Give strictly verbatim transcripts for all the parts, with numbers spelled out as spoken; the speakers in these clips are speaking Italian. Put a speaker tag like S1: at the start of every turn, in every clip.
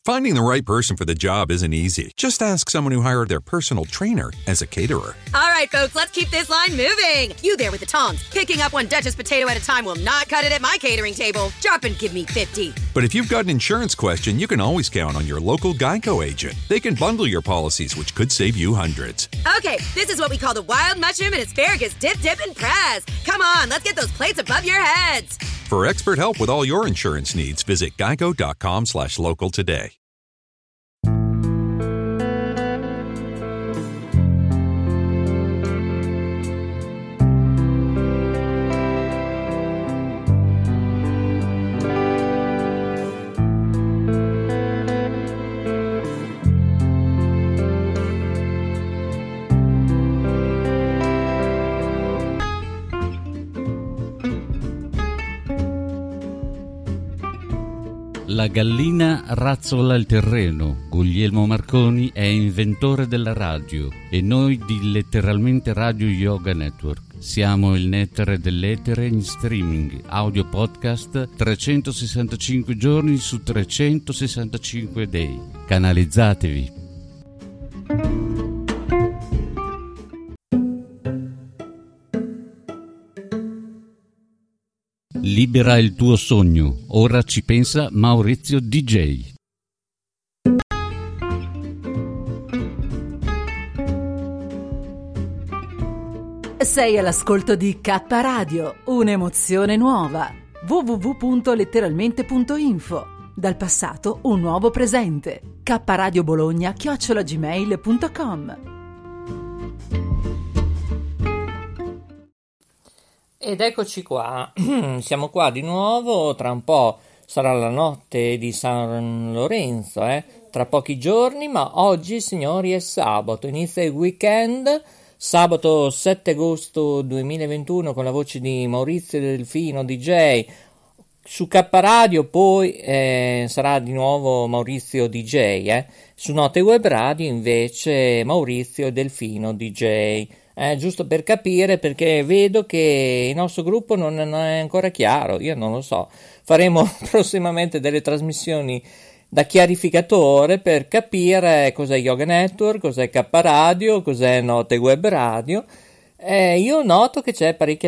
S1: Finding the right person for the job isn't easy. Just ask someone who hired their personal trainer as a caterer.
S2: All right, folks, let's keep this line moving. You there with the tongs. Picking up one Duchess potato at a time will not cut it at my catering table. Drop and give me fifty.
S1: But if you've got an insurance question, you can always count on your local Geico agent. They can bundle your policies, which could save you hundreds.
S2: Okay, this is what we call the wild mushroom and asparagus dip, dip, and press. Come on, let's get those plates above your heads.
S1: For expert help with all your insurance needs, visit geico.com slash local today.
S3: La gallina razzola il terreno. Guglielmo Marconi è inventore della radio e noi di Letteralmente Radio Yoga Network. Siamo il nettare dell'etere in streaming, audio podcast trecentosessantacinque giorni su trecentosessantacinque day. Canalizzatevi. Libera il tuo sogno. Ora ci pensa Maurizio D J.
S4: Sei all'ascolto di K Radio, un'emozione nuova. w w w punto letteralmente punto info. Dal passato un nuovo presente. K Radio Bologna chiocciola gmail punto com.
S5: Ed eccoci qua, siamo qua di nuovo, tra un po' sarà la notte di San Lorenzo, eh? Tra pochi giorni, ma oggi, signori, è sabato, inizia il weekend, sabato sette agosto duemilaventuno con la voce di Maurizio Delfino D J, su K Radio poi eh, sarà di nuovo Maurizio D J, eh? Su Note Web Radio invece Maurizio Delfino D J. Eh, giusto per capire, perché vedo che il nostro gruppo non, non è ancora chiaro, io non lo so. Faremo prossimamente delle trasmissioni da chiarificatore per capire cos'è Yoga Network, cos'è K Radio, cos'è Note Web Radio. Eh, io noto che c'è parecchia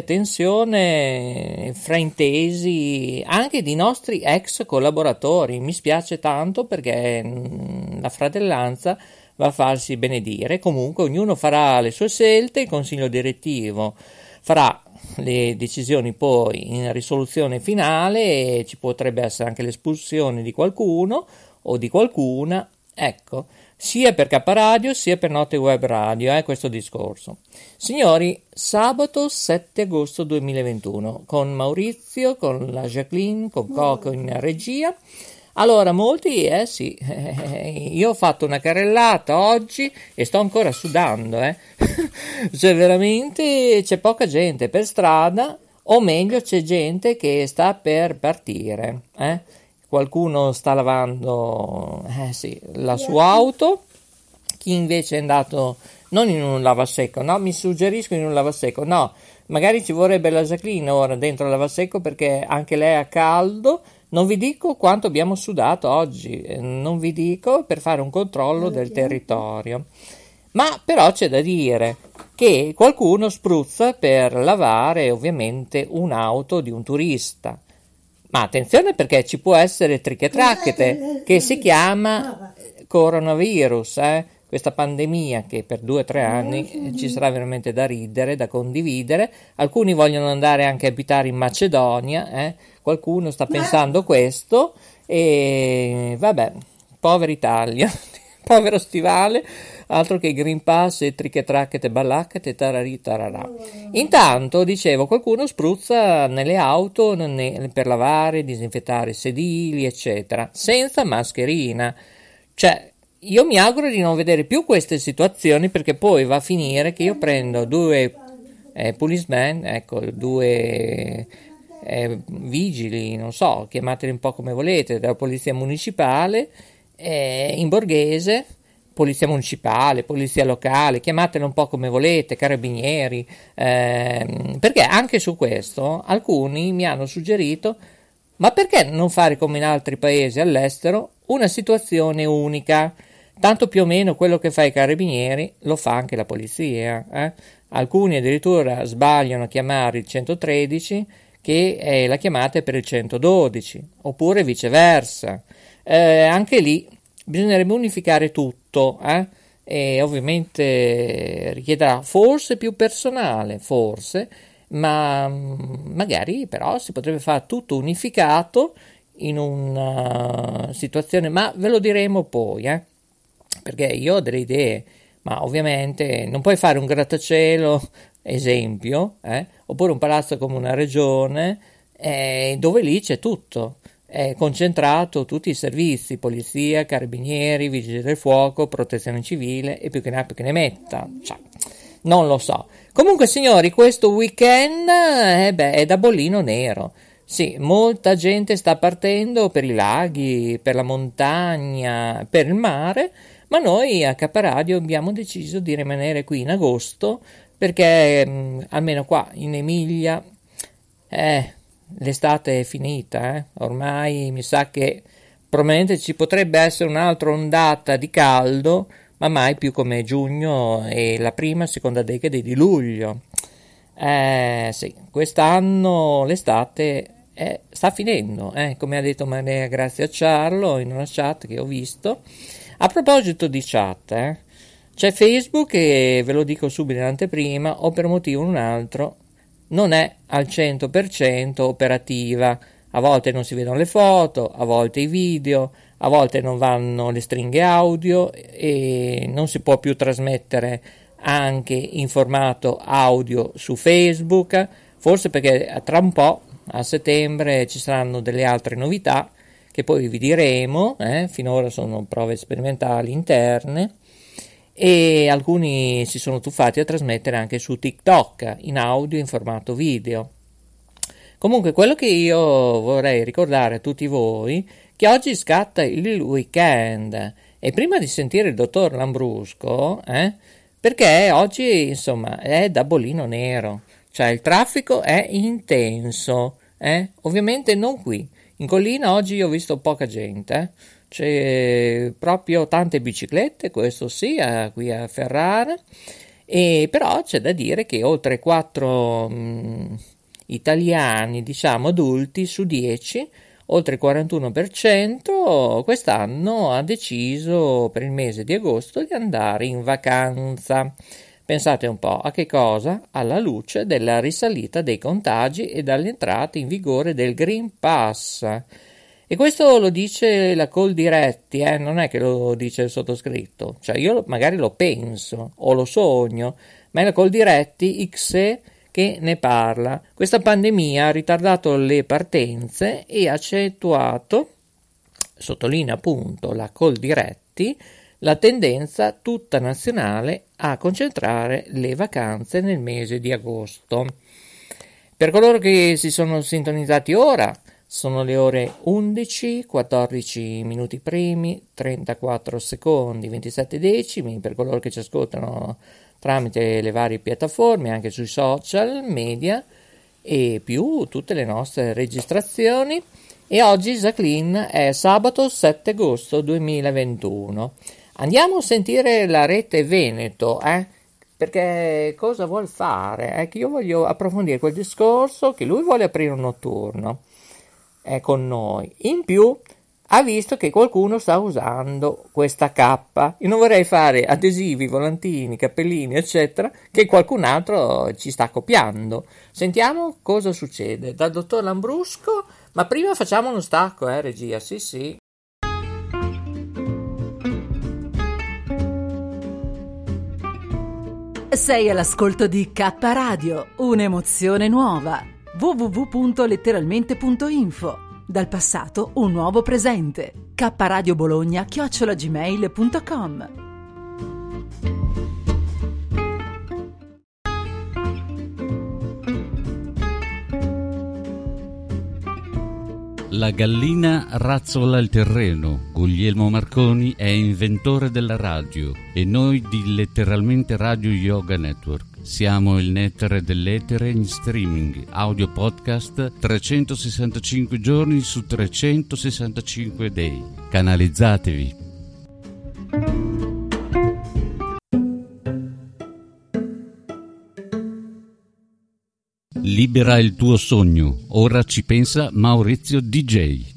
S5: tensione, fraintesi anche di nostri ex collaboratori. Mi spiace tanto perché mh, la fratellanza va a farsi benedire. Comunque ognuno farà le sue scelte, il consiglio direttivo farà le decisioni poi in risoluzione finale e ci potrebbe essere anche l'espulsione di qualcuno o di qualcuna, ecco, sia per K Radio sia per Note Web Radio, è eh, questo discorso. Signori, sabato sette agosto duemilaventuno con Maurizio, con la Jacqueline, con Coco in regia. Allora, molti, eh sì, eh, io ho fatto una carrellata oggi e sto ancora sudando, eh. Cioè veramente c'è poca gente per strada, o meglio c'è gente che sta per partire, eh. Qualcuno sta lavando, eh sì, la sua auto, chi invece è andato non in un lavasecco, no, mi suggerisco in un lavasecco, no, magari ci vorrebbe la Jacqueline ora dentro il lavasecco perché anche lei ha caldo. Non vi dico quanto abbiamo sudato oggi, non vi dico, per fare un controllo del territorio. Ma però c'è da dire che qualcuno spruzza per lavare ovviamente un'auto di un turista. Ma attenzione, perché ci può essere trichetracchete che si chiama coronavirus, eh? Questa pandemia che per due o tre anni ci sarà veramente da ridere, da condividere. Alcuni vogliono andare anche a abitare in Macedonia, eh? Qualcuno sta pensando questo e vabbè, povera Italia, povero stivale, altro che Green Pass e trichetracchete ballaccate tararì tararà. Intanto, dicevo, qualcuno spruzza nelle auto ne, per lavare, disinfettare sedili, eccetera, senza mascherina. Cioè, io mi auguro di non vedere più queste situazioni, perché poi va a finire che io prendo due eh, policemen, ecco, due eh, vigili, non so, chiamateli un po' come volete, della polizia municipale, eh, in borghese, polizia municipale, polizia locale, chiamatela un po' come volete, carabinieri, eh, perché anche su questo alcuni mi hanno suggerito: ma perché non fare come in altri paesi all'estero, una situazione unica. Tanto più o meno quello che fa i carabinieri lo fa anche la polizia. Eh? Alcuni addirittura sbagliano a chiamare il centotredici, che è la chiamata per il centododici, oppure viceversa. Eh, anche lì bisognerebbe unificare tutto, eh? E ovviamente richiederà forse più personale, forse, ma magari però si potrebbe fare tutto unificato in una situazione, ma ve lo diremo poi, eh? Perché io ho delle idee, ma ovviamente non puoi fare un grattacielo, esempio, eh? Oppure un palazzo come una regione, eh, dove lì c'è tutto, è concentrato tutti i servizi, polizia, carabinieri, vigili del fuoco, protezione civile e più che ne ha più che ne metta, cioè, non lo so. Comunque signori, questo weekend eh beh, è da bollino nero. Sì, molta gente sta partendo per i laghi, per la montagna, per il mare, ma noi a K-Radio abbiamo deciso di rimanere qui in agosto perché mh, almeno qua in Emilia eh, l'estate è finita, eh? Ormai mi sa che probabilmente ci potrebbe essere un'altra ondata di caldo, ma mai più come giugno e la prima e seconda decade di luglio. Eh sì, quest'anno l'estate eh, sta finendo, eh, come ha detto Maria Grazia Ciarlo in una chat che ho visto. A proposito di chat, eh, c'è Facebook e ve lo dico subito in anteprima, o per motivo o un altro, non è al cento per cento operativa. A volte non si vedono le foto, a volte i video, a volte non vanno le stringhe audio e non si può più trasmettere anche in formato audio su Facebook, forse perché tra un po', a settembre, ci saranno delle altre novità che poi vi diremo, eh? Finora sono prove sperimentali interne e alcuni si sono tuffati a trasmettere anche su TikTok in audio in formato video. Comunque quello che io vorrei ricordare a tutti voi che oggi scatta il weekend e prima di sentire il dottor Lambrusco, eh, perché oggi insomma è da bollino nero, cioè il traffico è intenso, eh? Ovviamente non qui, in collina oggi ho visto poca gente, eh? C'è proprio tante biciclette, questo sì, a, qui a Ferrara, e però c'è da dire che oltre quattro mh, italiani, diciamo adulti, su dieci, oltre il quarantuno per cento, quest'anno ha deciso per il mese di agosto di andare in vacanza. Pensate un po' a che cosa? Alla luce della risalita dei contagi e dall'entrata in vigore del Green Pass. E questo lo dice la Coldiretti, eh? Non è che lo dice il sottoscritto, cioè io magari lo penso o lo sogno, ma è la Coldiretti X E che ne parla. Questa pandemia ha ritardato le partenze e ha accentuato, sottolinea appunto la Coldiretti, la tendenza tutta nazionale a concentrare le vacanze nel mese di agosto. Per coloro che si sono sintonizzati ora, sono le ore undici, quattordici minuti primi, trentaquattro secondi, ventisette decimi, per coloro che ci ascoltano tramite le varie piattaforme, anche sui social media e più tutte le nostre registrazioni. E oggi, Jacqueline, è sabato sette agosto duemilaventuno. Andiamo a sentire la rete Veneto, eh? Perché cosa vuol fare? È che io voglio approfondire quel discorso che lui vuole aprire un notturno eh, con noi. In più ha visto che qualcuno sta usando questa cappa. Io non vorrei fare adesivi, volantini, cappellini, eccetera, che qualcun altro ci sta copiando. Sentiamo cosa succede dal dottor Lambrusco, ma prima facciamo uno stacco, eh, regia, sì sì.
S4: Sei all'ascolto di K-Radio, un'emozione nuova. w w w punto letteralmente punto info. Dal passato un nuovo presente. K-Radio Bologna chiocciola gmail punto com.
S3: La gallina razzola il terreno. Guglielmo Marconi è inventore della radio e noi di Letteralmente Radio Yoga Network Siamo il nettare dell'etere in streaming, audio podcast trecentosessantacinque giorni su trecentosessantacinque day. Canalizzatevi. Libera il tuo sogno. Ora ci pensa Maurizio D J.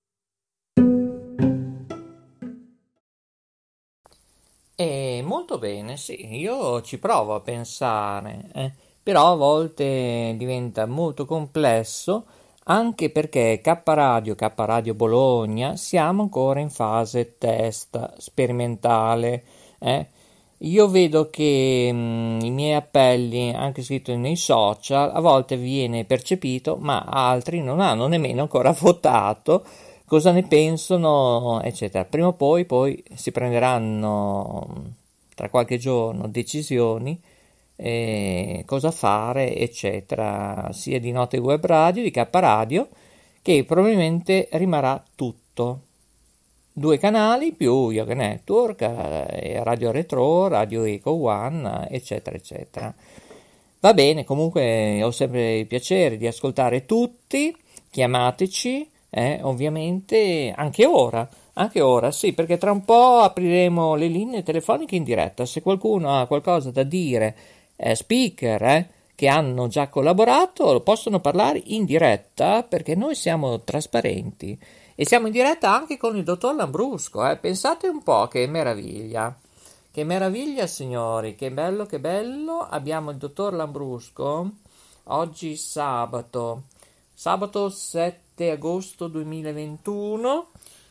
S5: E molto bene, sì, io ci provo a pensare, eh. Però a volte diventa molto complesso, anche perché K Radio, K Radio Bologna, siamo ancora in fase test sperimentale, eh. Io vedo che mh, i miei appelli, anche scritti nei social, a volte viene percepito, ma altri non hanno nemmeno ancora votato cosa ne pensano, eccetera. Prima o poi, poi si prenderanno tra qualche giorno decisioni, eh, cosa fare, eccetera, sia di Note Web Radio, di K Radio, che probabilmente rimarrà tutto. Due canali più Yoga Network, eh, Radio Retro, Radio Eco One, eccetera, eccetera. Va bene, comunque ho sempre il piacere di ascoltare tutti, chiamateci. Eh, ovviamente anche ora, anche ora sì, perché tra un po' apriremo le linee telefoniche in diretta. Se qualcuno ha qualcosa da dire, eh, speaker eh, che hanno già collaborato, possono parlare in diretta, perché noi siamo trasparenti e siamo in diretta anche con il dottor Lambrusco. Eh. Pensate un po' che meraviglia, che meraviglia signori, che bello, che bello. Abbiamo il dottor Lambrusco oggi sabato, sabato sette agosto duemilaventuno,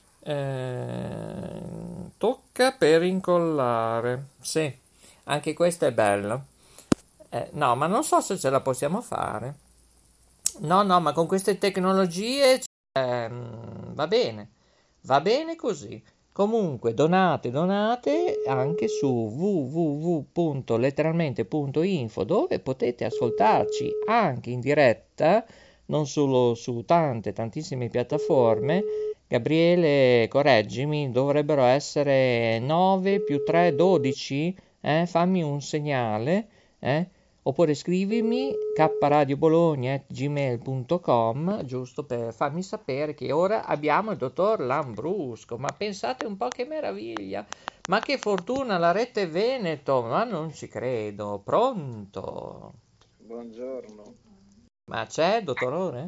S5: eh, tocca per incollare, sì, anche questa è bella, eh, no, ma non so se ce la possiamo fare, no, no, ma con queste tecnologie eh, va bene, va bene così. Comunque donate, donate anche su w w w punto letteralmente punto info, dove potete ascoltarci anche in diretta, non solo su tante, tantissime piattaforme. Gabriele, correggimi, dovrebbero essere nove più tre, dodici, eh? Fammi un segnale, eh? Oppure scrivimi k radio bologna at gmail punto com, giusto per farmi sapere che ora abbiamo il dottor Lambrusco. Ma pensate un po' che meraviglia, ma che fortuna, la rete Veneto, ma non ci credo. Pronto?
S6: Buongiorno.
S5: Ma c'è, dottorone?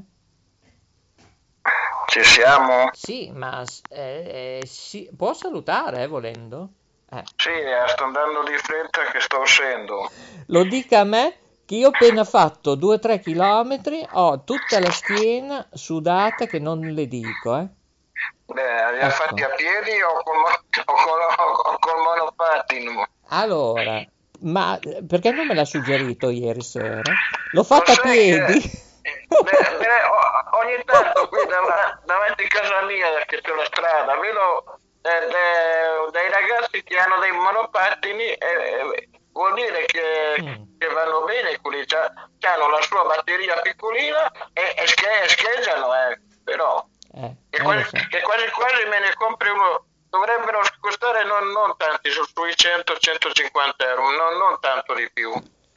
S6: Ci siamo?
S5: Sì, ma eh, eh, sì, può salutare, eh, volendo? Eh.
S6: Sì, eh, sto andando di fretta che sto uscendo.
S5: Lo dica a me, che io ho appena fatto due o tre chilometri, ho tutta la schiena sudata che non le dico, eh.
S6: Beh, li ha
S5: Ecco.
S6: fatti a piedi o col, mo- o col, o col monopattino?
S5: Allora, ma perché non me l'ha suggerito ieri sera? L'ho fatta
S6: Lo
S5: a
S6: sai
S5: piedi.
S6: che- beh, beh, o- ogni tanto qui dav- davanti a casa mia, che c'è la strada, vedo eh, de- dei ragazzi che hanno dei monopattini e e vuol dire che,
S5: Mm.
S6: che vanno bene, quelli già hanno la sua batteria piccolina e, e, sch- e scheggiano, eh, però
S5: Eh,
S6: che
S5: eh,
S6: quasi,
S5: lo so.
S6: che quasi quasi me ne compri uno. Dovrebbero costare non, non tanti, su- sui cento centocinquanta euro, non, non tanto di più.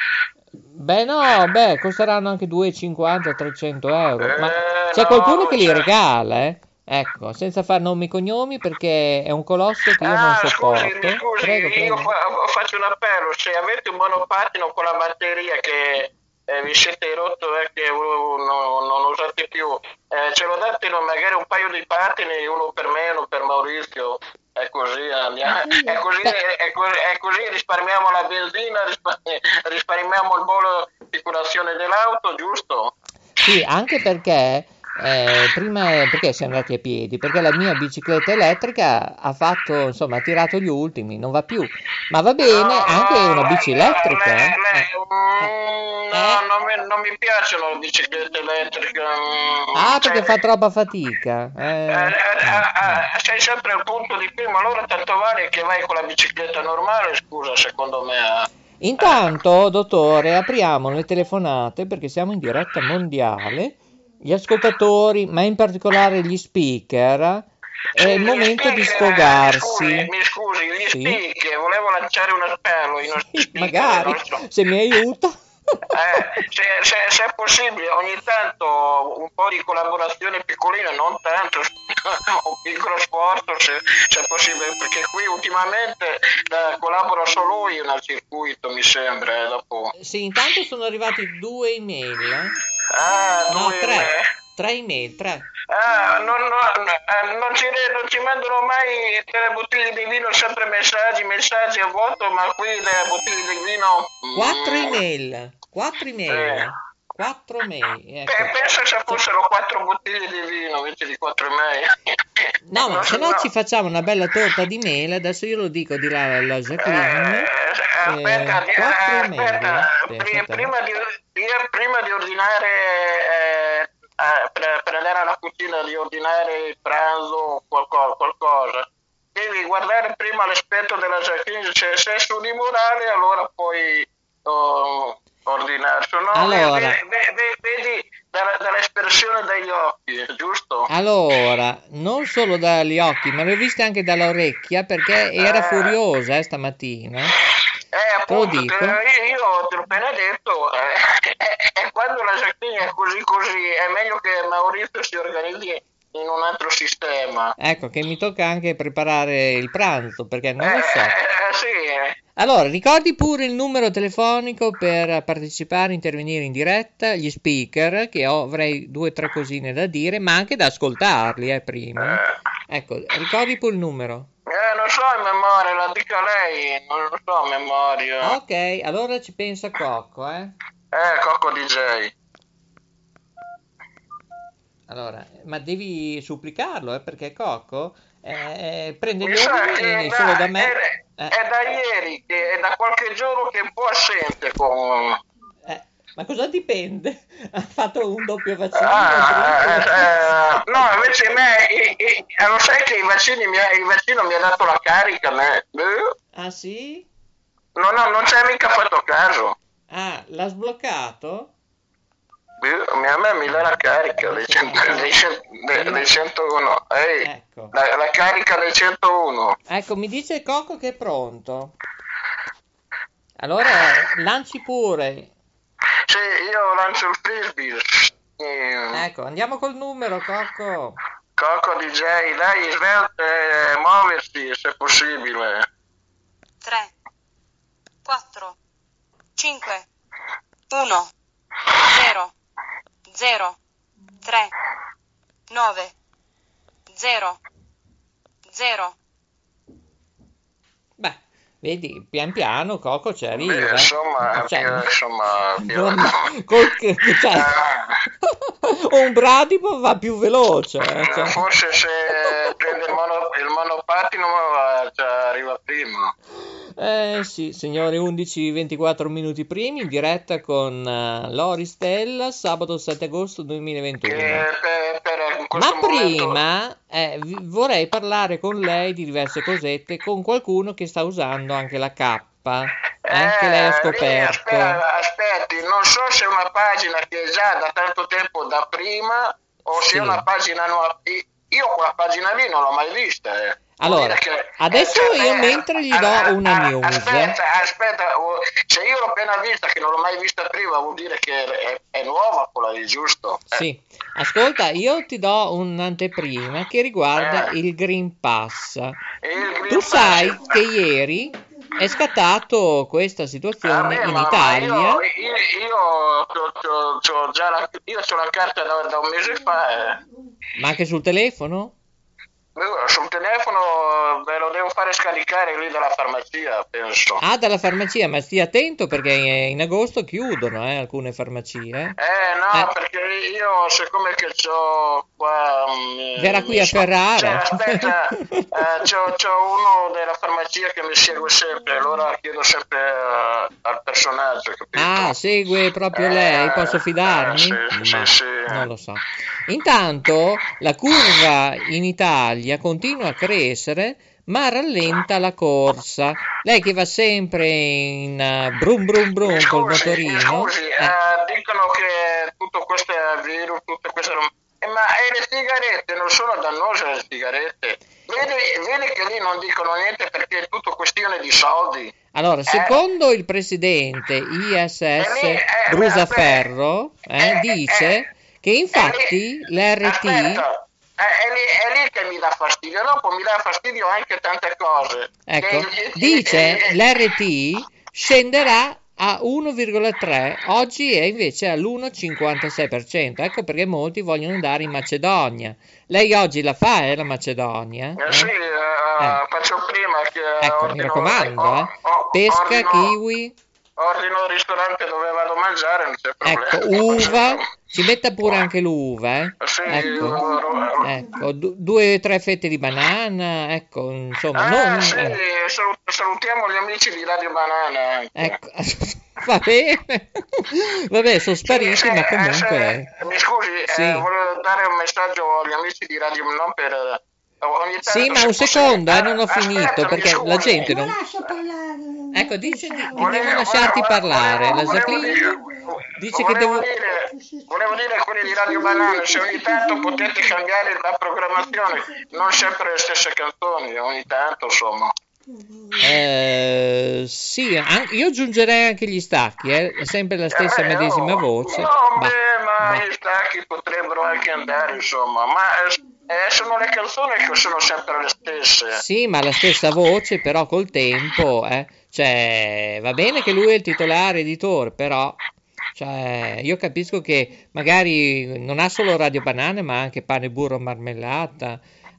S5: Beh, no, beh, costeranno anche duecentocinquanta trecento euro, ma
S6: Eh,
S5: c'è
S6: no,
S5: qualcuno che li
S6: cioè-
S5: regala, eh? Ecco, senza far nomi e cognomi, perché è un colosso che io non
S6: Ah,
S5: sopporto.
S6: scusi, mi scusi,
S5: Prego,
S6: io
S5: prego.
S6: fa- faccio un appello, se avete un monopattino con la batteria che eh, vi siete rotto e che uh, no- non usate più, eh, ce lo date no, magari un paio di pattini, uno per me, uno per Maurizio, e così andiamo, e così, e così, e così risparmiamo la benzina, risparmi- risparmiamo il bollo di curazione dell'auto, giusto?
S5: Sì, anche perché eh, prima perché siamo andati a piedi? Perché la mia bicicletta elettrica ha fatto, insomma, ha tirato gli ultimi, non va più. Ma va bene
S6: No,
S5: anche
S6: no,
S5: una
S6: lei-
S5: bici elettrica.
S6: lei-
S5: eh.
S6: lei-
S5: Eh.
S6: mm, no, non mi, non mi piacciono le biciclette elettriche. mm,
S5: Ah, perché
S6: cioè,
S5: fa troppa fatica. Eh,
S6: eh, eh, eh, eh, sei sempre al punto di prima, allora tanto vale che vai con la bicicletta normale, scusa, secondo me. eh.
S5: Intanto, dottore, apriamo le telefonate perché siamo in diretta mondiale. Gli ascoltatori, ma in particolare gli speaker, è
S6: Sì,
S5: il
S6: gli
S5: momento di
S6: speaker,
S5: sfogarsi.
S6: Mi scusi, mi scusi, gli
S5: Sì.
S6: speaker, volevo lanciare un appello ai nostri speaker,
S5: Magari,
S6: nostro...
S5: se mi aiuta.
S6: Eh, se, se, se è possibile ogni tanto un po' di collaborazione piccolina, non tanto, un piccolo sforzo se, se è possibile, perché qui ultimamente eh, collaboro solo io nel circuito, mi sembra. Eh, dopo.
S5: Sì, intanto sono arrivati due email. Eh?
S6: Ah,
S5: No,
S6: due,
S5: tre.
S6: eh.
S5: Tre email, tre.
S6: Ah, non, non, eh, non, ci, non ci mandano mai delle bottiglie di vino, sempre messaggi, messaggi a vuoto, ma qui delle bottiglie di vino...
S5: Quattro
S6: mm,
S5: email. Quattro email.
S6: Eh.
S5: Quattro mail. Ecco.
S6: Beh, penso se fossero quattro bottiglie di vino invece di quattro email.
S5: No, ma
S6: Non
S5: se
S6: so,
S5: no
S6: no.
S5: ci facciamo una bella torta di mele. Adesso io lo dico di là alla Jacqueline.
S6: Eh, aspetta,
S5: Eh, quattro
S6: eh,
S5: email.
S6: aspetta,
S5: eh.
S6: pri-
S5: Pensa te.
S6: prima, di, io prima di ordinare, eh, eh, per, per andare alla cucina, di ordinare il pranzo o qualcosa, qualcosa, devi guardare prima l'aspetto della Jacqueline, cioè se è su di morale allora puoi oh, ordinare, se no
S5: Allora.
S6: vedi, vedi, vedi dalla, dall'espressione degli occhi, giusto?
S5: Allora, non solo dagli occhi, ma l'ho vista anche dall'orecchia perché era
S6: Eh.
S5: furiosa eh, stamattina.
S6: Eh,
S5: Te lo
S6: appunto,
S5: dico.
S6: te- io, io te l'ho appena detto, eh, e quando la Jacqueline è così così, è meglio che Maurizio si organizzi in un altro sistema.
S5: Ecco, che mi tocca anche preparare il pranzo perché non
S6: Eh,
S5: lo so.
S6: eh, eh, sì, eh.
S5: Allora, ricordi pure il numero telefonico per partecipare, intervenire in diretta, gli speaker, che ho, avrei due o tre cosine da dire, ma anche da ascoltarli, eh, prima. Ecco, ricordi pure il numero.
S6: Eh, non so a memoria, la dica lei, non lo so a memoria.
S5: Ok, allora ci pensa Cocco, eh.
S6: Eh, Cocco D J.
S5: Allora, ma devi supplicarlo, eh, perché Cocco eh, prende
S6: Mi
S5: gli
S6: sa
S5: ordini
S6: che
S5: solo da
S6: da,
S5: me.
S6: è,
S5: Eh,
S6: è da ieri, che è da qualche giorno che è un po' assente con...
S5: eh, ma cosa dipende? Ha fatto un doppio vaccino?
S6: Ah,
S5: un
S6: eh,
S5: triplo?
S6: eh, no, invece me, i- i- eh, lo sai che i vaccini mi ha- il vaccino mi ha dato la carica, a me. Eh,
S5: Ah sì?
S6: No, no, non ci hai mica fatto caso.
S5: Ah, l'ha sbloccato?
S6: Eh, A me mi dà la carica dei, cento, dei, cento, dei, dei centouno. Ehi,
S5: Ecco.
S6: la, la carica dei centouno.
S5: Ecco, mi dice Cocco che è pronto. Allora, lanci pure.
S6: Sì, io lancio il frisbee. Eh,
S5: Ecco, andiamo col numero, Cocco.
S6: Cocco D J, dai, svelte, muoversi se possibile.
S7: tre, quattro, cinque, uno, zero, zero, tre, nove, zero, zero.
S5: Beh, vedi, pian piano Cocco ci arriva.
S6: Beh, insomma,
S5: Cioè,
S6: più- insomma, più-
S5: non- col- cioè, un bradipo va più veloce. eh,
S6: Eh,
S5: cioè.
S6: Forse se prende il, mono, il monopattino eh, cioè, arriva prima.
S5: Eh sì, signori, undici e ventiquattro minuti primi in diretta con uh, Lori Stella, sabato sette agosto duemilaventuno.
S6: Che per, per in questo
S5: Ma
S6: momento-
S5: prima eh, vi- vorrei parlare con lei di diverse cosette, con qualcuno che sta usando anche la K, eh, che lei ha
S6: lì,
S5: scoperto.
S6: aspetta, aspetti, non so se è una pagina che è già da tanto tempo da prima o se
S5: Sì.
S6: è una pagina nuova. Io quella pagina lì non l'ho mai vista. Eh. Vuol
S5: Allora,
S6: dire che-
S5: adesso
S6: eh, cioè,
S5: io
S6: eh,
S5: mentre gli
S6: ah,
S5: do
S6: ah,
S5: una
S6: ah,
S5: news.
S6: Aspetta, aspetta, oh, se io l'ho appena vista che non l'ho mai vista prima vuol dire che è, è nuova quella lì, giusto? Eh,
S5: Sì, ascolta, io ti do un'anteprima che riguarda
S6: Eh.
S5: il Green Pass.
S6: il Green
S5: Tu
S6: Pass-
S5: sai che ieri è scattato questa situazione
S6: Vabbè,
S5: in
S6: ma- ma
S5: Italia.
S6: Io, io, io c'ho- c'ho- c'ho già la, io c'ho la carta da, da un mese fa. Eh.
S5: Ma anche sul telefono?
S6: Io sul telefono ve lo devo fare scaricare lì dalla farmacia, penso.
S5: Ah, dalla farmacia, ma stia attento perché in agosto chiudono eh, alcune farmacie.
S6: Eh no,
S5: Eh.
S6: perché io siccome che c'ho qua... mm,
S5: Verrà qui
S6: mi
S5: a
S6: so-
S5: Ferrara.
S6: Cioè, aspetta, eh, c'ho, c'ho uno della farmacia che mi segue sempre, allora chiedo sempre eh, al personaggio, capito?
S5: Ah, segue proprio
S6: Eh,
S5: lei, posso fidarmi?
S6: eh, sì, sì,
S5: Ma
S6: sì.
S5: non lo so. Intanto la curva in Italia continua a crescere, ma rallenta la corsa. Lei che va sempre in uh, brum brum brum
S6: Mi
S5: col
S6: scusi, mi
S5: motorino.
S6: scusi,
S5: eh,
S6: eh, dicono che tutto questo è virus, tutte queste rom- e ma e le sigarette non sono dannose le sigarette? Vedi, vedi che lì non dicono niente perché è tutto questione di soldi.
S5: Allora, secondo eh. il presidente I S S eh, Brusaferro, eh, eh, dice eh, che infatti eh, l'R T...
S6: Aspetta, è, è, lì, è lì che mi dà fastidio, dopo mi dà fastidio anche tante cose.
S5: Ecco,
S6: che,
S5: dice
S6: eh,
S5: l'R T scenderà a uno virgola tre, oggi è invece all'uno virgola cinquantasei per cento. Ecco perché molti vogliono andare in Macedonia. Lei oggi la fa, eh, la Macedonia?
S6: Eh, sì, uh, eh. faccio prima che...
S5: Ecco,
S6: ordino,
S5: mi raccomando,
S6: oh,
S5: eh.
S6: Oh,
S5: Pesca,
S6: ordino,
S5: kiwi...
S6: Ordino il ristorante dove vado a mangiare, non c'è problema.
S5: Ecco, uva, ci metta pure anche l'uva, eh.
S6: Sì,
S5: ecco, ecco du- due o tre fette di banana, ecco, insomma.
S6: Ah,
S5: non,
S6: sì,
S5: eh.
S6: salutiamo gli amici di Radio Banana. Anche.
S5: Ecco, va bene. Vabbè, sono spariti, sì, ma comunque...
S6: Se, mi scusi, sì. eh, volevo dare un messaggio agli amici di Radio, non per...
S5: Sì, ma un secondo, eh, non ho
S6: aspetta,
S5: finito perché
S6: scusi.
S5: la gente non...
S8: Lascia parlare.
S5: Ecco, dice di,
S6: volevo,
S5: devo lasciarti
S6: volevo,
S5: parlare.
S6: volevo,
S5: La Jacqueline
S6: dire,
S5: dice che
S6: volevo
S5: devo...
S6: Dire, volevo dire a quelli di Radio Banana, se ogni tanto potete cambiare la programmazione, non sempre le stesse canzoni, ogni tanto, insomma.
S5: Eh, sì, an- io aggiungerei anche gli stacchi, eh, è sempre la stessa
S6: eh, beh,
S5: medesima
S6: no,
S5: voce.
S6: No,
S5: bah,
S6: beh, ma
S5: bah.
S6: gli stacchi potrebbero anche andare, insomma, ma eh, sono le canzoni che sono sempre le stesse.
S5: Sì, ma la stessa voce, però col tempo, eh. Cioè, va bene che lui è il titolare editore, però... Cioè, io capisco che magari non ha solo Radio Banane, ma anche Pane, Burro, Marmellata,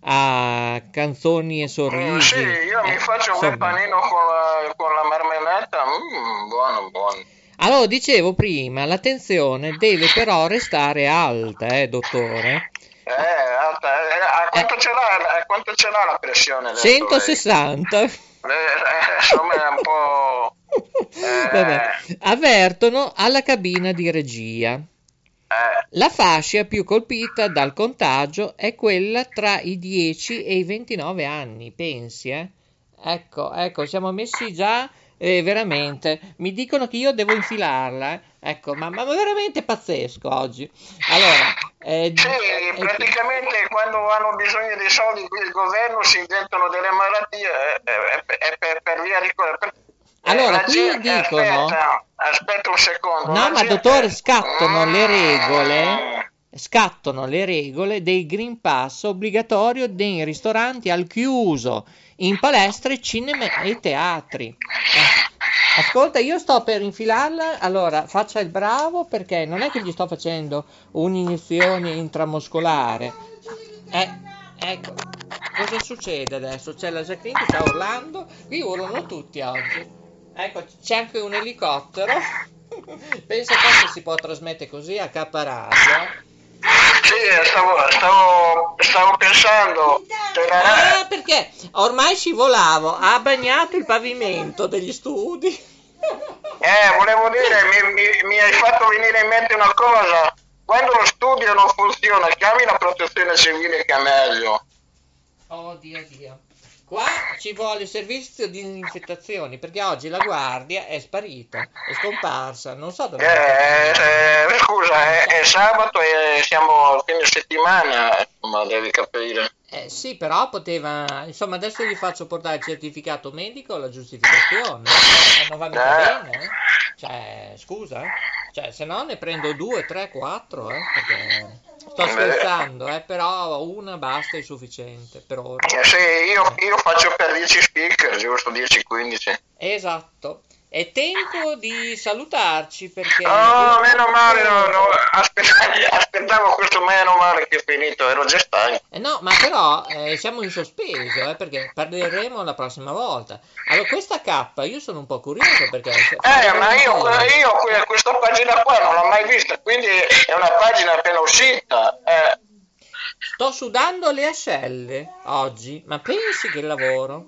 S5: ha Canzoni e Sorrisi.
S6: Mm, sì, io
S5: eh,
S6: mi faccio
S5: insomma.
S6: un panino con la, con la marmellata, mm, buono, buono.
S5: Allora, dicevo prima, l'attenzione deve però restare alta, eh, dottore?
S6: Eh, alta, eh, a, quanto eh. ce l'ha, a quanto ce l'ha la pressione?
S5: centosessanta.
S6: Eh, eh, insomma è un po'... Eh.
S5: Vabbè. Avvertono alla cabina di regia.
S6: Eh.
S5: La fascia più colpita dal contagio è quella tra i dieci e i ventinove anni, pensi, eh? Ecco, ecco, siamo messi già eh, veramente. Mi dicono che io devo infilarla, eh? Ecco, ma, ma veramente pazzesco oggi. Allora, eh,
S6: sì,
S5: eh,
S6: praticamente eh, quando hanno bisogno dei soldi il governo si inventano delle malattie eh, eh, eh, per, per via di quello. Per...
S5: Allora,
S6: eh,
S5: qui
S6: gente,
S5: dicono...
S6: Aspetta, aspetta un secondo.
S5: No, ma
S6: gente...
S5: dottore, scattano le regole... Scattano le regole del Green Pass obbligatorio nei ristoranti al chiuso, in palestre, cinema e teatri. Eh, ascolta, io sto per infilarla, allora faccia il bravo perché non è che gli sto facendo un'iniezione intramuscolare. Eh, ecco, cosa succede adesso? C'è la Jacqueline che sta urlando, qui urlano tutti oggi. Ecco, c'è anche un elicottero. Pensa che si può trasmettere così a K Radio.
S6: Sì, stavo, stavo, stavo pensando.
S5: Ah, perché ormai scivolavo, ha bagnato il pavimento degli studi.
S6: Eh, volevo dire, mi, mi, mi hai fatto venire in mente una cosa. Quando lo studio non funziona, chiami la protezione civile che è meglio.
S5: Oh Dio Dio. Qua ci vuole il servizio di infettazioni, perché oggi la guardia è sparita, è scomparsa, non so dove...
S6: Eh, eh, scusa, è, è sabato e siamo al fine settimana, ma devi capire.
S5: Eh sì, però poteva... Insomma, adesso gli faccio portare il certificato medico o la giustificazione. Eh, non va mica
S6: eh.
S5: bene, eh? Cioè, scusa, eh? Cioè, se no ne prendo due, tre, quattro, eh? Perché... Sto scherzando, eh, però una basta, è sufficiente per ora.
S6: Eh, sì, io, io faccio per dieci speaker, giusto? dieci quindici.
S5: Esatto. È tempo di salutarci perché...
S6: Oh, meno male, no, no, aspettavo, aspettavo questo meno male che è finito, ero già stanco.
S5: Eh no, ma però eh, siamo in sospeso, eh, perché parleremo la prossima volta. Allora, questa K, io sono un po' curioso perché...
S6: Eh, ma io, io questa pagina qua non l'ho mai vista, quindi è una pagina appena uscita. Eh.
S5: Sto sudando le ascelle oggi, ma pensi che lavoro?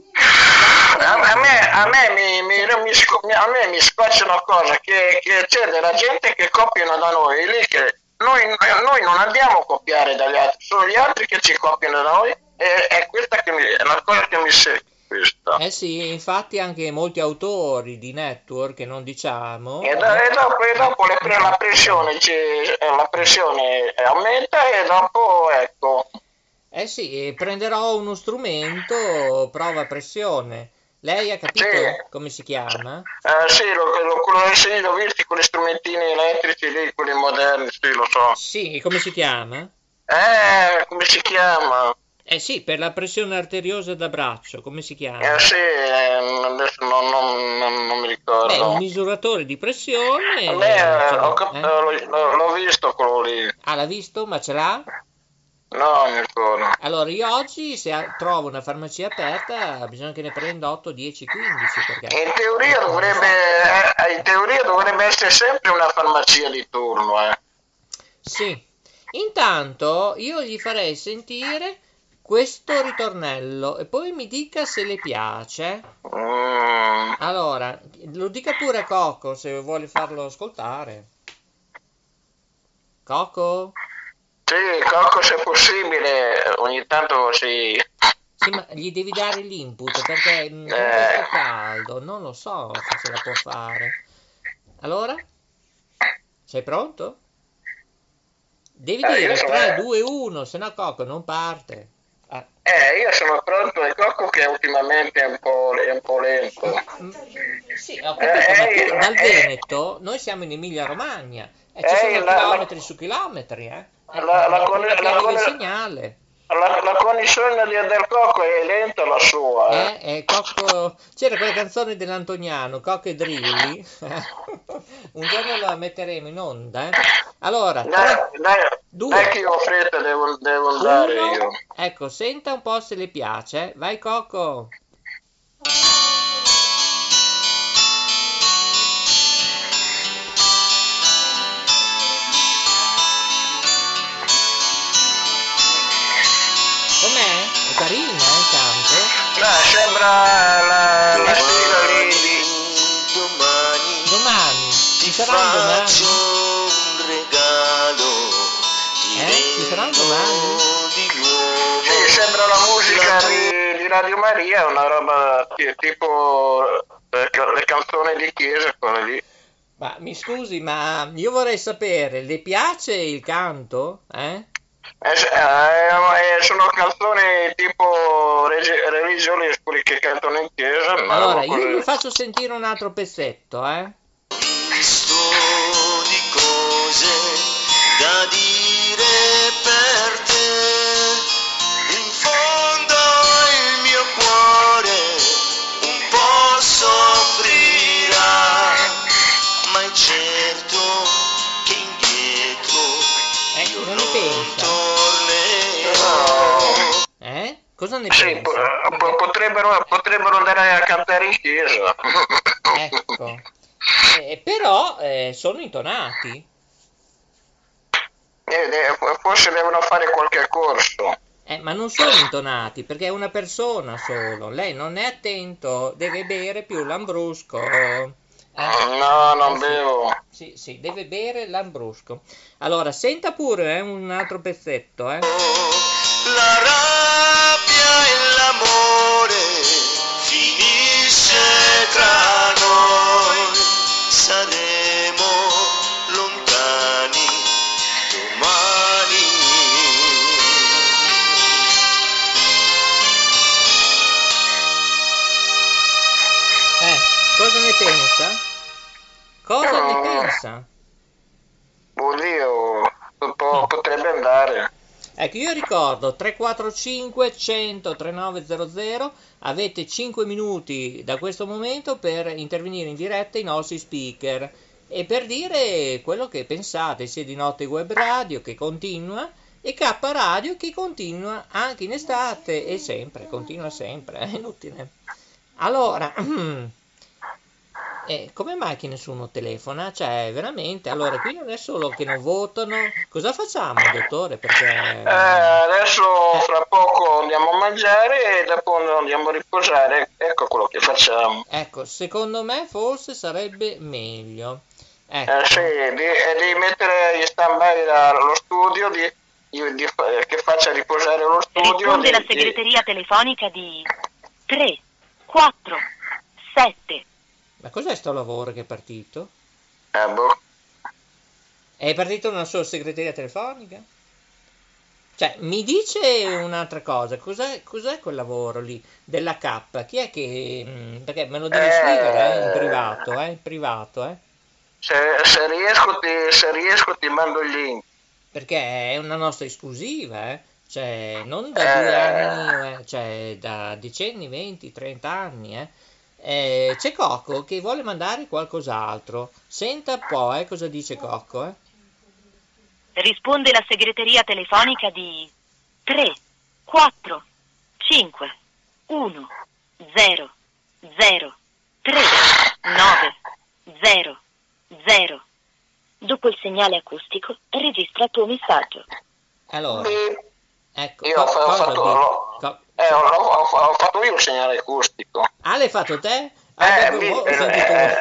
S6: A, a me, a me mi, mi, mi, a me mi scoccia una cosa, che, che c'è della gente che copiano da noi, lì che noi, noi non andiamo a copiare dagli altri, sono gli altri che ci copiano da noi, e è questa che mi, è una cosa che mi secca. Questa.
S5: Eh sì, infatti anche molti autori di network, che non diciamo...
S6: E, do- e dopo, e dopo le pre- la, pressione, ci- la pressione aumenta e dopo, ecco...
S5: Eh sì, prenderò uno strumento, prova pressione. Lei ha capito
S6: Sì.
S5: come si chiama?
S6: Eh, sì, lo, lo, lo, sì, l'ho visto con gli strumentini elettrici lì, quelli moderni, sì, lo so.
S5: Sì, e come si chiama?
S6: Eh, come si chiama?
S5: Eh sì, per la pressione arteriosa da braccio, come si chiama?
S6: Eh sì, eh, adesso non, non, non, non mi ricordo.
S5: Beh, un misuratore di pressione.
S6: Beh,
S5: ce
S6: ho
S5: l'ho,
S6: cap-
S5: eh?
S6: l'ho, l'ho- l'ho visto quello lì.
S5: Ah, l'ha visto? Ma ce l'ha?
S6: No, mi ricordo.
S5: Allora, io oggi se ha- trovo una farmacia aperta, bisogna che ne prenda otto, dieci, quindici, perché...
S6: In teoria dovrebbe, eh, in teoria dovrebbe essere sempre una farmacia di turno, eh.
S5: Sì. Intanto io gli farei sentire questo ritornello e poi mi dica se le piace.
S6: Mm.
S5: Allora, lo dica pure a Coco se vuole farlo ascoltare. Coco?
S6: Sì, Cocco, se è possibile, ogni tanto si...
S5: Sì, ma gli devi dare l'input perché mm, con
S6: Eh.
S5: questo caldo non lo so se ce la può fare. Allora? Sei pronto? Devi
S6: Eh,
S5: dire
S6: io sono-
S5: tre, due, uno, se no Coco non parte. Ah,
S6: Eh, io sono pronto, e Cocco che ultimamente è un po', è un po' lento.
S5: mm, sì, ho capito,
S6: Eh,
S5: ma
S6: eh,
S5: tu dal
S6: eh.
S5: Veneto, noi siamo in Emilia Romagna e ci
S6: Eh,
S5: sono
S6: la-
S5: chilometri su chilometri, eh? Eh,
S6: La- la
S5: eh,
S6: con-
S5: perché
S6: la
S5: arriva
S6: con-
S5: il segnale.
S6: La, la connessione di- del Cocco è lenta la sua, eh.
S5: Eh, eh, Cocco... C'era quella canzone dell'Antoniano, Cocco e Drilli. Un giorno la metteremo in onda, eh. Allora,
S6: Dai,
S5: tre,
S6: dai,
S5: due,
S6: dai che io ho fretta, devo, devo andare
S5: uno.
S6: io.
S5: Ecco, senta un po' se le piace. Vai Cocco. Com'è? È carina, eh, intanto?
S6: No, sembra la, la sigla lì di...
S8: Domani
S5: Domani. Ci
S8: ti
S5: sarà un domani?
S8: faccio un regalo, ti
S5: Eh? Ci sarà un
S8: rendo
S5: domani?
S8: di nuovo.
S6: Sì, sembra la musica di, di Radio Maria, una roba ti- tipo eh, le canzoni di chiesa, quelle lì.
S5: Ma mi scusi, ma io vorrei sapere, le piace il canto? Eh?
S6: Eh, se- eh, eh, sono canzoni tipo regi- religiose, quelli che cantano in chiesa. ma
S5: Allora,
S6: roba
S5: io
S6: così.
S5: vi faccio sentire un altro pezzetto, eh?
S8: Visto di cose da dire per te, in fondo il mio cuore un po' soffrirà, ma è certo che indietro
S5: Ecco,
S8: io
S5: non ne
S8: non
S5: pensa?
S8: tornerò.
S5: Eh? Cosa ne
S6: Sì,
S5: pensa?
S6: po- po- potrebbero, potrebbero andare a cantare in chiesa.
S5: Ecco. Eh, però eh, sono intonati.
S6: Eh, eh, forse devono fare qualche corso.
S5: Eh, ma non sono intonati, perché è una persona solo. Lei non è attento, deve bere più lambrusco. Eh,
S6: No, non
S5: eh, sì.
S6: bevo.
S5: Sì, sì, deve bere lambrusco. Allora, senta pure eh, un altro pezzetto, eh.
S8: La rabbia e l'amore finisce tra noi, saremo lontani domani.
S5: Eh, cosa ne pensa? Cosa ne pensa?
S6: Oddio, po- potrebbe andare.
S5: Ecco, io ricordo tre quattro cinque cento trentanove zero zero, avete cinque minuti da questo momento per intervenire in diretta ai nostri speaker e per dire quello che pensate, sia di Notte Web Radio che continua e K Radio che continua anche in estate e sempre, continua sempre, è inutile. Allora, eh, come mai che nessuno telefona? Cioè, veramente, allora qui non è solo che non votano, cosa facciamo, dottore? Perché...
S6: Eh, adesso fra poco andiamo a mangiare e dopo andiamo a riposare. Ecco quello che facciamo.
S5: Ecco, secondo me forse sarebbe meglio. Ecco.
S6: Eh, sì, di, eh, di mettere in stand-by la- lo studio, di, di- di fa- che faccia riposare lo studio.
S9: Risponde
S6: di-
S9: la
S6: di-
S9: segreteria telefonica di tre
S7: quattro, sette.
S5: Ma cos'è sto lavoro che è partito?
S6: Eh, boh.
S5: È partito una sua segreteria telefonica? Cioè, mi dice un'altra cosa, cos'è, cos'è quel lavoro lì della K? Chi è che... mh, perché me lo devi
S6: Eh,
S5: scrivere, eh, in privato, eh, in privato, eh?
S6: Se, se riesco ti, se riesco ti mando il link.
S5: Perché è una nostra esclusiva, eh? Cioè, non da due
S6: Eh.
S5: anni, eh, cioè da decenni, venti, trenta anni, eh? Eh, c'è Cocco che vuole mandare qualcos'altro. Senta un po', eh, cosa dice Cocco, eh?
S7: Risponde la segreteria telefonica di tre, quattro, cinque, uno, zero, zero, tre, nove, zero, zero. Dopo il segnale acustico, registra il tuo messaggio.
S5: Allora,
S6: Bip.
S5: ecco,
S6: Io ho,
S5: co-
S6: fa- ho
S5: cosa
S6: fatto,
S5: dice?
S6: ho-
S5: Co-
S6: eh, ho, ho- ho- ho fatto io il segnale acustico.
S5: Ah, l'hai fatto te? Ah,
S6: Eh,
S5: dopo-
S6: bip,
S5: ho sentito
S6: eh.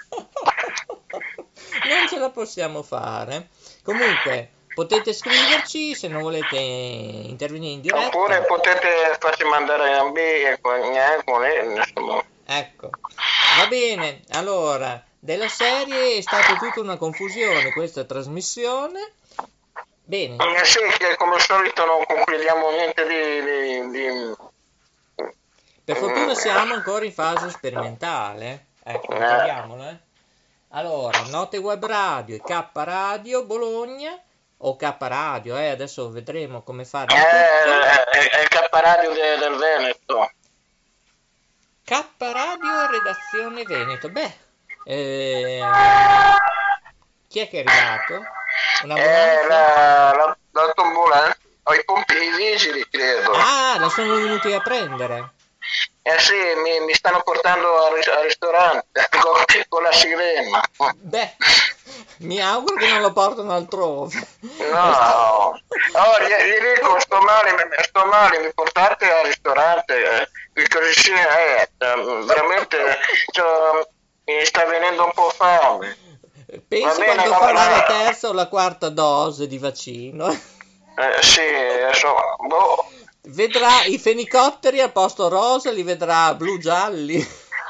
S5: Non ce la possiamo fare. Comunque, potete scriverci se non volete intervenire in diretta.
S6: Oppure potete farci mandare un B con insomma.
S5: Ecco, va bene. Allora, della serie è stata tutta una confusione questa trasmissione. Bene.
S6: Eh sì, che come al solito non concludiamo niente di... di, di...
S5: Per fortuna siamo ancora in fase sperimentale. Ecco,
S6: Eh.
S5: ricordiamolo, eh. Allora, Note Web Radio e K Radio Bologna, o K Radio, eh, adesso vedremo come fare il tutto.
S6: Eh, è, è il K-Radio de- del Veneto.
S5: K Radio Redazione Veneto. Beh, eh, chi è che è arrivato?
S6: Eh,
S5: Un'ambulanza?
S6: la, la, la tombola, ho i pompi i vigili, credo.
S5: Ah, la sono venuti a prendere.
S6: Eh sì, mi, mi stanno portando al, ris- al ristorante con, con la sirena.
S5: Beh, mi auguro che non lo portano altrove.
S6: No, oh, gli, gli dico, sto male, mi- sto male, mi portate al ristorante, eh, così sia, eh, eh, veramente cioè, mi sta venendo un po' fame.
S5: Pensi
S6: Va bene,
S5: quando
S6: va
S5: farà
S6: bene.
S5: la terza o la quarta dose di vaccino.
S6: Eh, sì, insomma, boh.
S5: Vedrà i fenicotteri al posto rosa, li vedrà blu-gialli.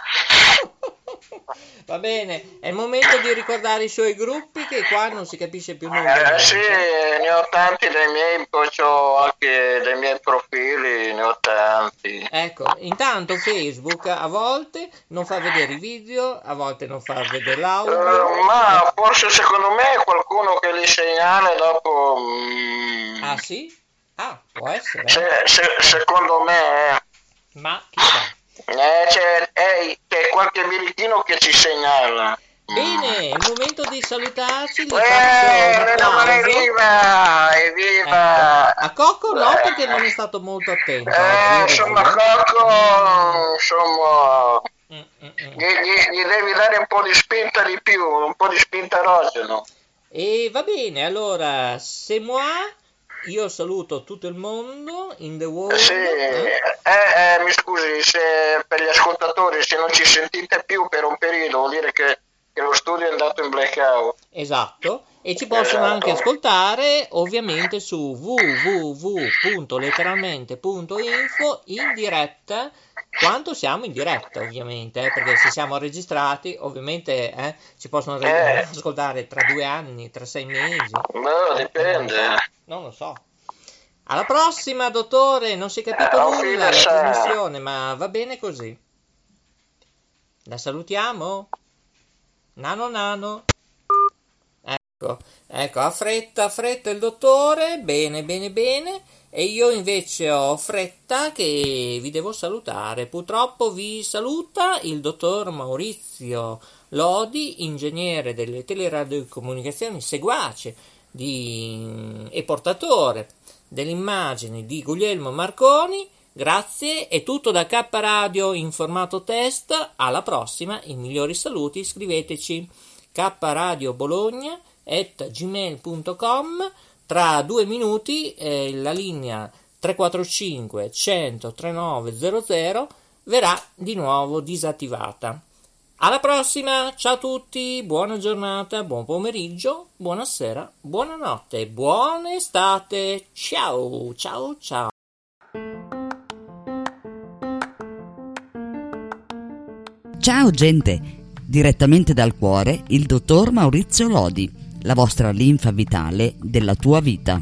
S5: Va bene, è il momento di ricordare i suoi gruppi, che qua non si capisce più nulla.
S6: Eh, sì, ne ho tanti dei miei, poi ho anche dei miei profili, ne ho tanti.
S5: Ecco, intanto Facebook a volte non fa vedere i video, a volte non fa vedere l'audio.
S6: Eh, ma forse secondo me è qualcuno che li segnala dopo. mm,
S5: Ah sì? Ah, può essere.
S6: se- se- secondo me, eh.
S5: Ma chissà.
S6: Eh, c'è, eh, c'è qualche birichino che ci segnala.
S5: Bene, è il momento di salutarci. Gli
S6: Eh,
S5: faccio un
S6: meno male,
S5: applauso.
S6: evviva, evviva.
S5: Ecco. A Cocco no, perché non è stato molto attento.
S6: Eh,
S5: oggi,
S6: insomma,
S5: eh.
S6: Cocco, insomma,
S5: Mm, mm, mm.
S6: gli, gli- gli devi dare un po' di spinta di più, un po' di spinta roseno.
S5: E va bene, allora, c'est moi, io saluto tutto il mondo, in the world.
S6: Sì,
S5: eh.
S6: eh, eh, mi scusi, se per gli ascoltatori, se non ci sentite più per un periodo, vuol dire che, che lo studio è andato in blackout.
S5: Esatto, e ci possono
S6: Esatto.
S5: anche ascoltare ovviamente su w w w punto letteralmente punto info in diretta, quanto siamo in diretta ovviamente, eh, perché se siamo registrati ovviamente eh, ci possono re-
S6: Eh.
S5: ascoltare tra due anni, tra sei mesi,
S6: No, dipende.
S5: non lo so. Alla prossima, dottore, non si è capito
S6: Eh, auf
S5: nulla la
S6: Wiedersehen.
S5: trasmissione, ma va bene così. La salutiamo? Nano nano. Ecco, ecco, ha fretta, ha fretta il dottore, bene, bene, bene, e io invece ho fretta che vi devo salutare. Purtroppo vi saluta il dottor Maurizio Lodi, ingegnere delle teleradiocomunicazioni, seguace di, e portatore delle immagini di Guglielmo Marconi. Grazie, è tutto da K Radio in formato test. Alla prossima, i migliori saluti, scriveteci kradiobologna at gmail punto com. Tra due minuti eh, la linea tre quattro cinque cento trentanove zero zero verrà di nuovo disattivata. Alla prossima, ciao a tutti, buona giornata, buon pomeriggio, buonasera, buonanotte, buona estate, ciao, ciao, ciao.
S9: Ciao gente, direttamente dal cuore il dottor Maurizio Lodi, la vostra linfa vitale della tua vita.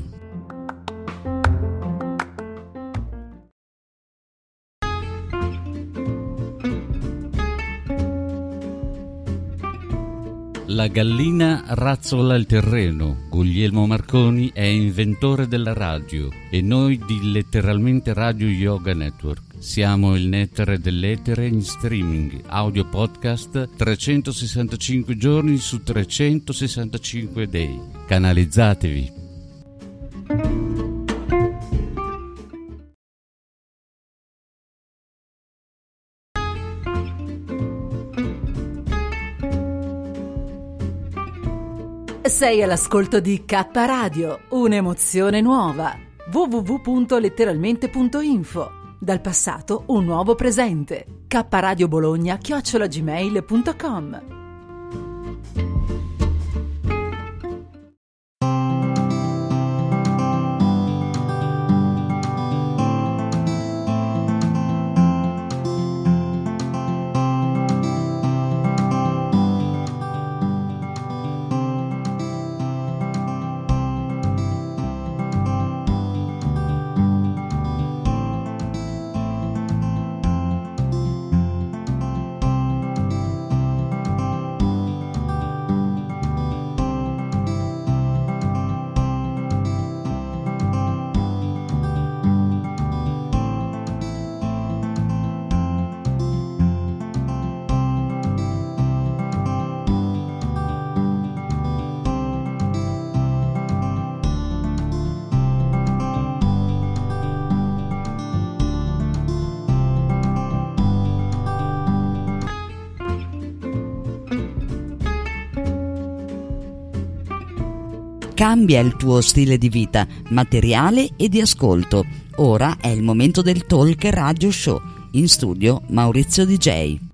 S3: La gallina razzola il terreno. Guglielmo Marconi è inventore della radio e noi di Letteralmente Radio Yoga Network siamo il nettare dell'etere in streaming, audio podcast trecentosessantacinque giorni su trecentosessantacinque day. Canalizzatevi.
S4: Sei all'ascolto di K Radio, un'emozione nuova. w w w punto letteralmente punto info. Dal passato un nuovo presente. K Radio Bologna chiocciola gmail punto com.
S9: Cambia il tuo stile di vita, materiale e di ascolto. Ora è il momento del Talk Radio Show. In studio Maurizio D J.